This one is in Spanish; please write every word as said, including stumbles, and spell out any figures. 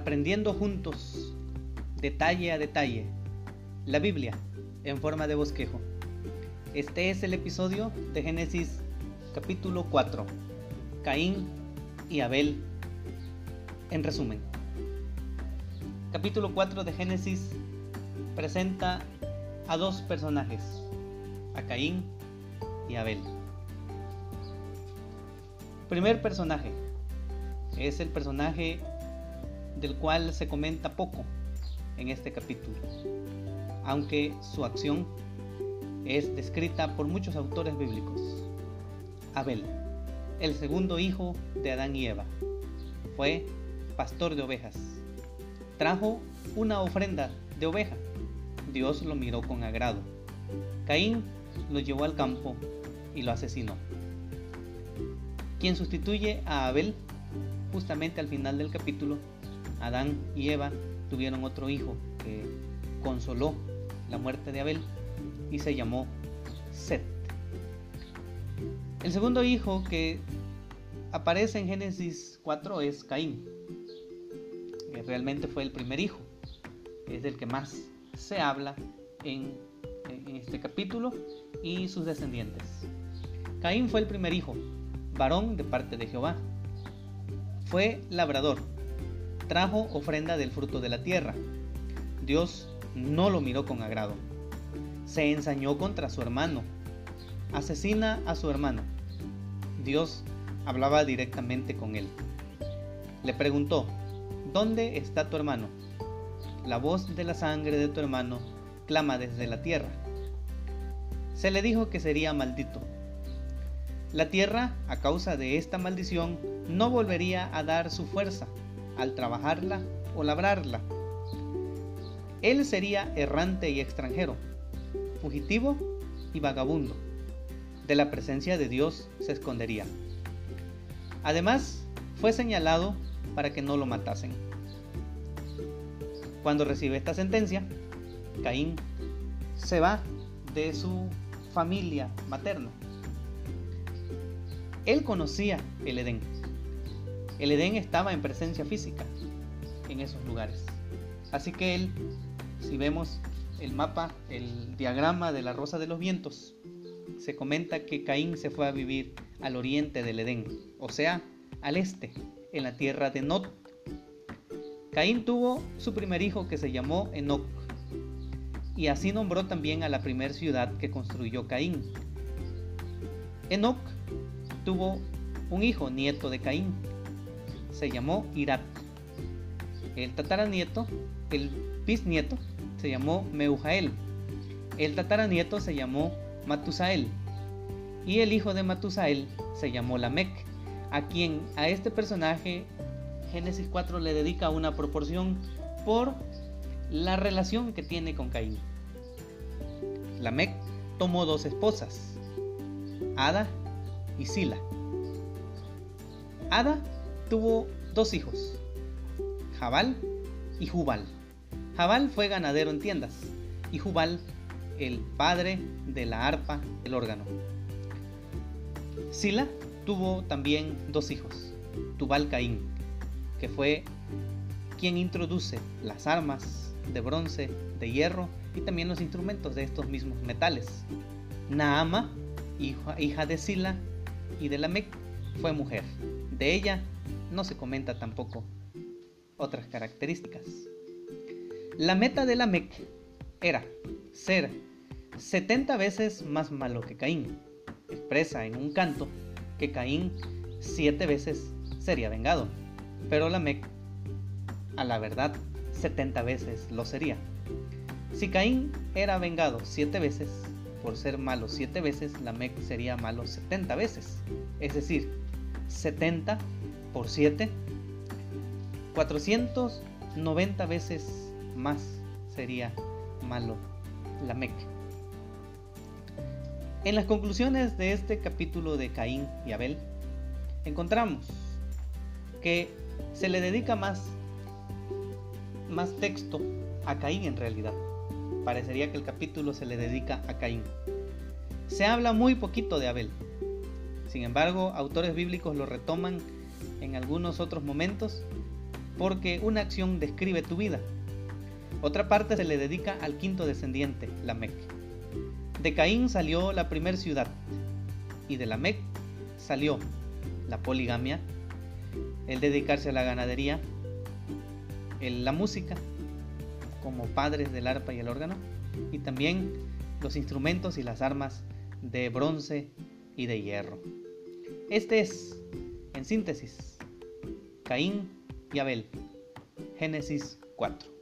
aprendiendo juntos, detalle a detalle, la Biblia en forma de bosquejo. Este es el episodio de Génesis capítulo cuatro, Caín y Abel. En resumen, capítulo cuatro de Génesis presenta a dos personajes, a Caín y Abel. Primer personaje es el personaje del cual se comenta poco en este capítulo, aunque su acción es descrita por muchos autores bíblicos. Abel, el segundo hijo de Adán y Eva, fue pastor de ovejas. Trajo una ofrenda de oveja. Dios lo miró con agrado. Caín lo llevó al campo y lo asesinó. Quien sustituye a Abel, justamente al final del capítulo, Adán y Eva tuvieron otro hijo que consoló la muerte de Abel y se llamó Set. El segundo hijo que aparece en Génesis cuatro es Caín. Realmente fue el primer hijo, es del que más se habla en, en este capítulo, y sus descendientes. Caín fue el primer hijo, varón de parte de Jehová. Fue labrador, trajo ofrenda del fruto de la tierra. Dios no lo miró con agrado. Se ensañó contra su hermano, asesina a su hermano. Dios hablaba directamente con él. Le preguntó: ¿dónde está tu hermano? La voz de la sangre de tu hermano clama desde la tierra. Se le dijo que sería maldito. La tierra, a causa de esta maldición, no volvería a dar su fuerza al trabajarla o labrarla. Él sería errante y extranjero, fugitivo y vagabundo. De la presencia de Dios se escondería. Además, fue señalado para que no lo matasen. Cuando recibe esta sentencia, Caín se va de su familia materna. Él conocía el Edén. El Edén estaba en presencia física en esos lugares. Así que él, si vemos el mapa, el diagrama de la Rosa de los Vientos, se comenta que Caín se fue a vivir al oriente del Edén, o sea, al este, en la tierra de Nod. Caín tuvo su primer hijo, que se llamó Enoc, y así nombró también a la primera ciudad que construyó Caín. Enoc tuvo un hijo, nieto de Caín, se llamó Irad. El tataranieto, el bisnieto, se llamó Meujael. El tataranieto se llamó Matusael, y el hijo de Matusael se llamó Lamec, a quien a este personaje Génesis cuatro le dedica una proporción por la relación que tiene con Caín. Lamec tomó dos esposas, Ada y Sila. Ada tuvo dos hijos, Jabal y Jubal. Jabal fue ganadero en tiendas, y Jubal el padre de la arpa, el órgano. Sila tuvo también dos hijos, Tubal Caín, que fue quien introduce las armas de bronce, de hierro y también los instrumentos de estos mismos metales. Naama, hija, hija de Sila y de Lamec, fue mujer. De ella no se comenta tampoco otras características. La meta de Lamec era ser setenta veces más malo que Caín. Expresa en un canto que Caín siete veces sería vengado, pero Lamec, a la verdad, setenta veces lo sería. Si Caín era vengado siete veces por ser malo siete veces, Lamec sería malo setenta veces. Es decir, setenta por siete, cuatrocientas noventa veces más sería malo Lamec. En las conclusiones de este capítulo de Caín y Abel, encontramos que se le dedica más, más texto a Caín en realidad. Parecería que el capítulo se le dedica a Caín. Se habla muy poquito de Abel. Sin embargo, autores bíblicos lo retoman en algunos otros momentos porque una acción describe tu vida. Otra parte se le dedica al quinto descendiente, Lamec. De Caín salió la primer ciudad, y de Lamec salió la poligamia, el dedicarse a la ganadería, el, la música, como padres del arpa y el órgano, y también los instrumentos y las armas de bronce y de hierro. Este es, en síntesis, Caín y Abel, Génesis cuatro.